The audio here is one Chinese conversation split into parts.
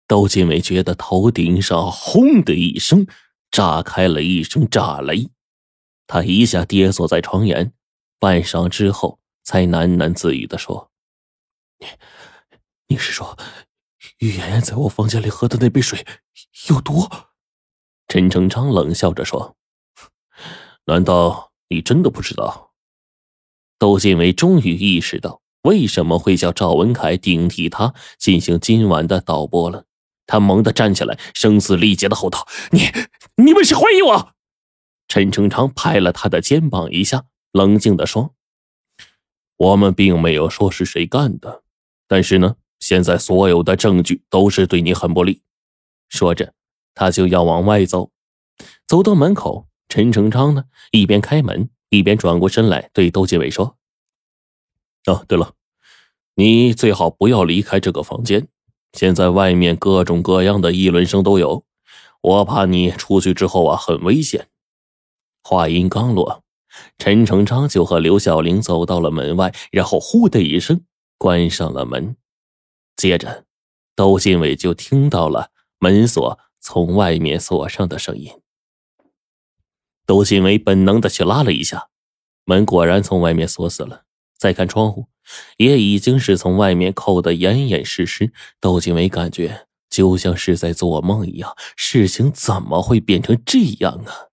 窦建伟觉得头顶上轰的一声炸开了一声炸雷，他一下跌坐在床沿，半晌之后才喃喃自语地说：你是说于妍妍在我房间里喝的那杯水有毒？陈成昌冷笑着说：难道你真的不知道？窦建伟终于意识到为什么会叫赵文凯顶替他进行今晚的导播了。他猛地站起来，声嘶力竭地吼道：你们是怀疑我？陈成昌拍了他的肩膀一下，冷静地说：我们并没有说是谁干的，但是呢，现在所有的证据都是对你很不利。说着他就要往外走。走到门口，陈成昌呢一边开门一边转过身来对窦建伟说：对了，你最好不要离开这个房间，现在外面各种各样的议论声都有，我怕你出去之后很危险。话音刚落，陈成昌就和刘小玲走到了门外，然后呼的一声关上了门。接着窦建伟就听到了门锁从外面锁上的声音。窦建伟本能的去拉了一下，门果然从外面锁死了。再看窗户，也已经是从外面扣得严严实实。窦建伟感觉就像是在做梦一样，事情怎么会变成这样啊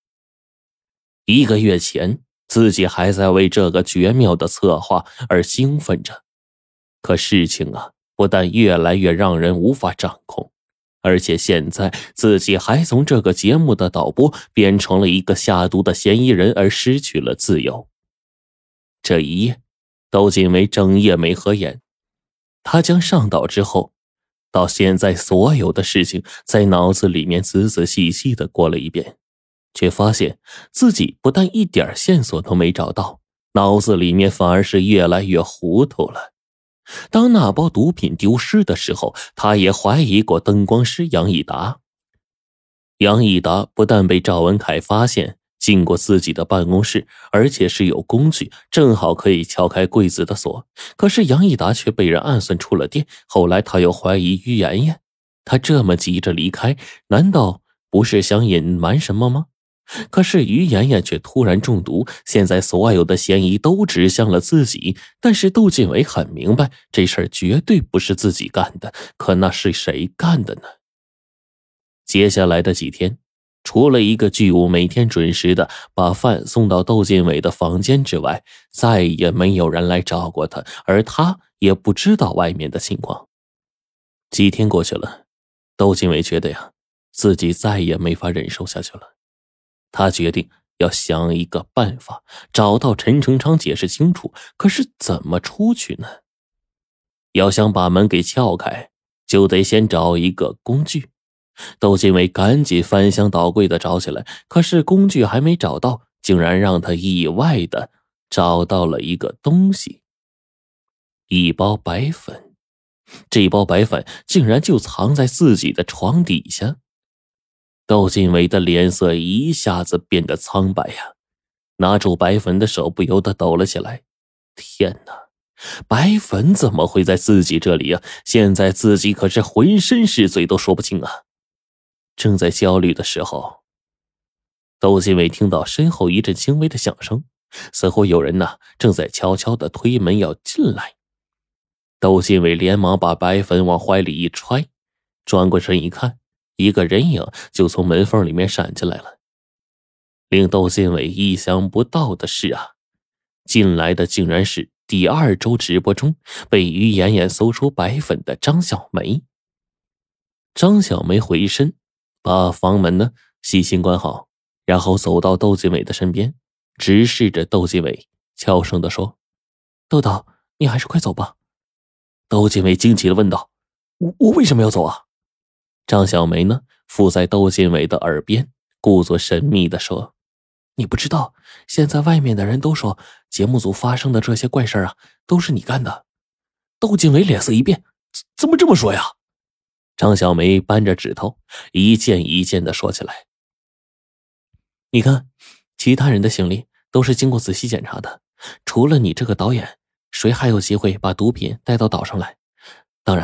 ？1个月前自己还在为这个绝妙的策划而兴奋着，可事情不但越来越让人无法掌控，而且现在自己还从这个节目的导播变成了一个下毒的嫌疑人，而失去了自由。这一夜窦建伟整夜没合眼，他将上岛之后到现在所有的事情在脑子里面仔仔细细的过了一遍，却发现自己不但一点线索都没找到，脑子里面反而是越来越糊涂了。当那包毒品丢失的时候，他也怀疑过灯光师杨义达。杨义达不但被赵文凯发现进过自己的办公室，而且是有工具，正好可以撬开柜子的锁。可是杨义达却被人暗算出了店，后来他又怀疑于妍妍。他这么急着离开，难道不是想隐瞒什么吗？可是于妍妍却突然中毒，现在所有的嫌疑都指向了自己。但是窦建伟很明白，这事儿绝对不是自己干的，可那是谁干的呢？接下来的几天，除了一个巨物每天准时的把饭送到窦建伟的房间之外，再也没有人来找过他，而他也不知道外面的情况。几天过去了，窦建伟觉得自己再也没法忍受下去了。他决定要想一个办法，找到陈成昌解释清楚。可是怎么出去呢？要想把门给撬开，就得先找一个工具。窦建伟赶紧翻箱倒柜的找起来，可是工具还没找到，竟然让他意外的找到了一个东西，一包白粉。这包白粉竟然就藏在自己的床底下。窦建伟的脸色一下子变得苍白拿住白粉的手不由得抖了起来。天哪，白粉怎么会在自己这里现在自己可是浑身是罪都说不清正在焦虑的时候，窦建伟听到身后一阵轻微的响声，似乎有人正在悄悄地推门要进来。窦建伟连忙把白粉往怀里一揣，转过身一看，一个人影就从门缝里面闪进来了。令窦建伟意想不到的是进来的竟然是第2周直播中被于妍妍搜出白粉的张小梅。张小梅回身把房门细心关好，然后走到窦建伟的身边，直视着窦建伟，悄声地说：窦导，你还是快走吧。窦建伟惊奇地问道：我为什么要走张小梅附在窦建伟的耳边，故作神秘地说：你不知道，现在外面的人都说节目组发生的这些怪事都是你干的。窦建伟脸色一变：怎么这么说呀？张小梅扳着指头，一件一件地说起来：你看，其他人的行李都是经过仔细检查的，除了你这个导演，谁还有机会把毒品带到岛上来？当然，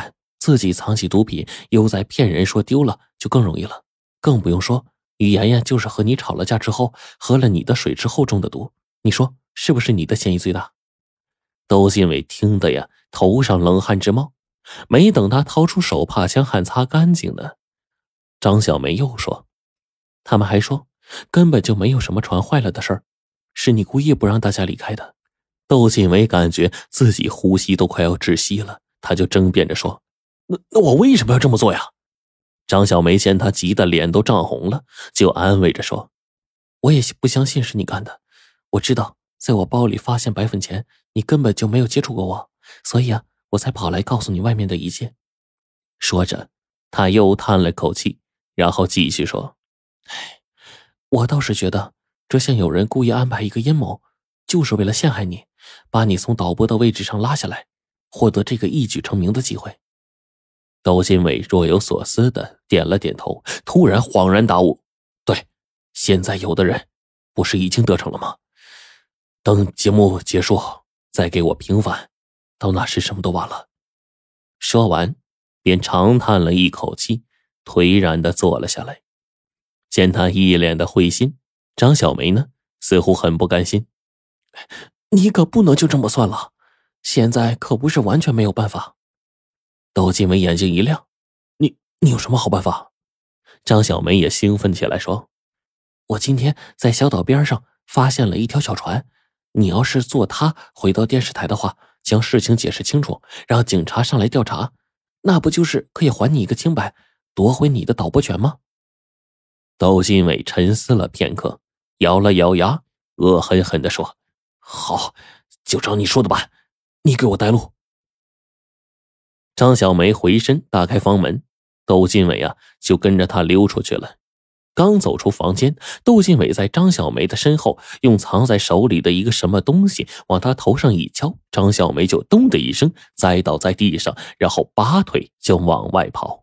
自己藏起毒品，又在骗人说丢了，就更容易了。更不用说于妍妍就是和你吵了架之后，喝了你的水之后中的毒，你说是不是你的嫌疑最大？窦信伟听得呀，头上冷汗直冒。没等他掏出手帕将汗擦干净呢，张小梅又说：“他们还说根本就没有什么船坏了的事儿，是你故意不让大家离开的。”窦信伟感觉自己呼吸都快要窒息了，他就争辩着说：“那我为什么要这么做呀？”张小梅见他急得脸都涨红了，就安慰着说：“我也不相信是你干的，我知道在我包里发现白粉前，你根本就没有接触过我，所以啊，我才跑来告诉你外面的一切。”说着，他又叹了口气，然后继续说：“我倒是觉得这像有人故意安排一个阴谋，就是为了陷害你，把你从导播的位置上拉下来，获得这个一举成名的机会。”窦信伟若有所思的点了点头，突然恍然大悟：“对，现在有的人不是已经得逞了吗？等节目结束再给我平反，到那时什么都晚了。”说完便长叹了一口气，颓然的坐了下来。见他一脸的灰心，张小梅呢似乎很不甘心：“你可不能就这么算了，现在可不是完全没有办法。”窦金伟眼睛一亮：“你有什么好办法？”张小梅也兴奋起来说：“我今天在小岛边上发现了一条小船，你要是坐它回到电视台的话，将事情解释清楚，让警察上来调查，那不就是可以还你一个清白，夺回你的导播权吗？”窦金伟沉思了片刻，咬了咬牙，恶狠狠地说：“好，就照你说的办，你给我带路。”张小梅回身打开房门，窦金伟啊就跟着他溜出去了。刚走出房间，窦金伟在张小梅的身后用藏在手里的一个什么东西往她头上一敲，张小梅就咚的一声栽倒在地上，然后拔腿就往外跑。